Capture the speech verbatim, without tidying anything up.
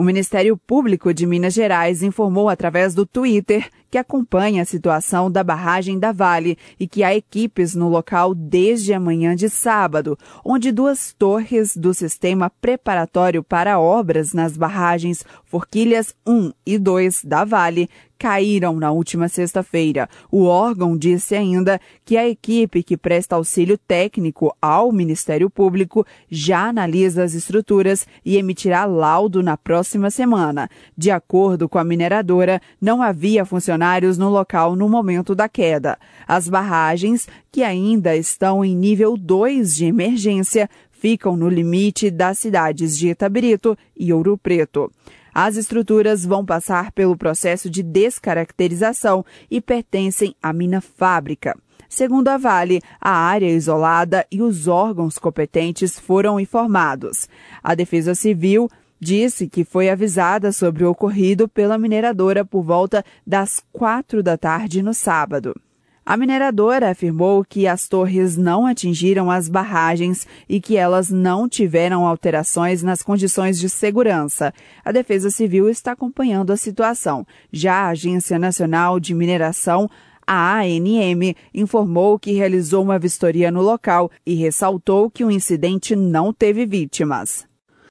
O Ministério Público de Minas Gerais informou através do Twitter que acompanha a situação da barragem da Vale e que há equipes no local desde a manhã de sábado, onde duas torres do sistema preparatório para obras nas barragens Forquilhas um e dois da Vale caíram na última sexta-feira. O órgão disse ainda que a equipe que presta auxílio técnico ao Ministério Público já analisa as estruturas e emitirá laudo na próxima semana. De acordo com a mineradora, não havia funcionários no local no momento da queda. As barragens, que ainda estão em nível dois de emergência, ficam no limite das cidades de Itabirito e Ouro Preto. As estruturas vão passar pelo processo de descaracterização e pertencem à mina fábrica. Segundo a Vale, a área é isolada e os órgãos competentes foram informados. A Defesa Civil disse que foi avisada sobre o ocorrido pela mineradora por volta das quatro da tarde no sábado. A mineradora afirmou que as torres não atingiram as barragens e que elas não tiveram alterações nas condições de segurança. A Defesa Civil está acompanhando a situação. Já a Agência Nacional de Mineração, a A N M, informou que realizou uma vistoria no local e ressaltou que o incidente não teve vítimas.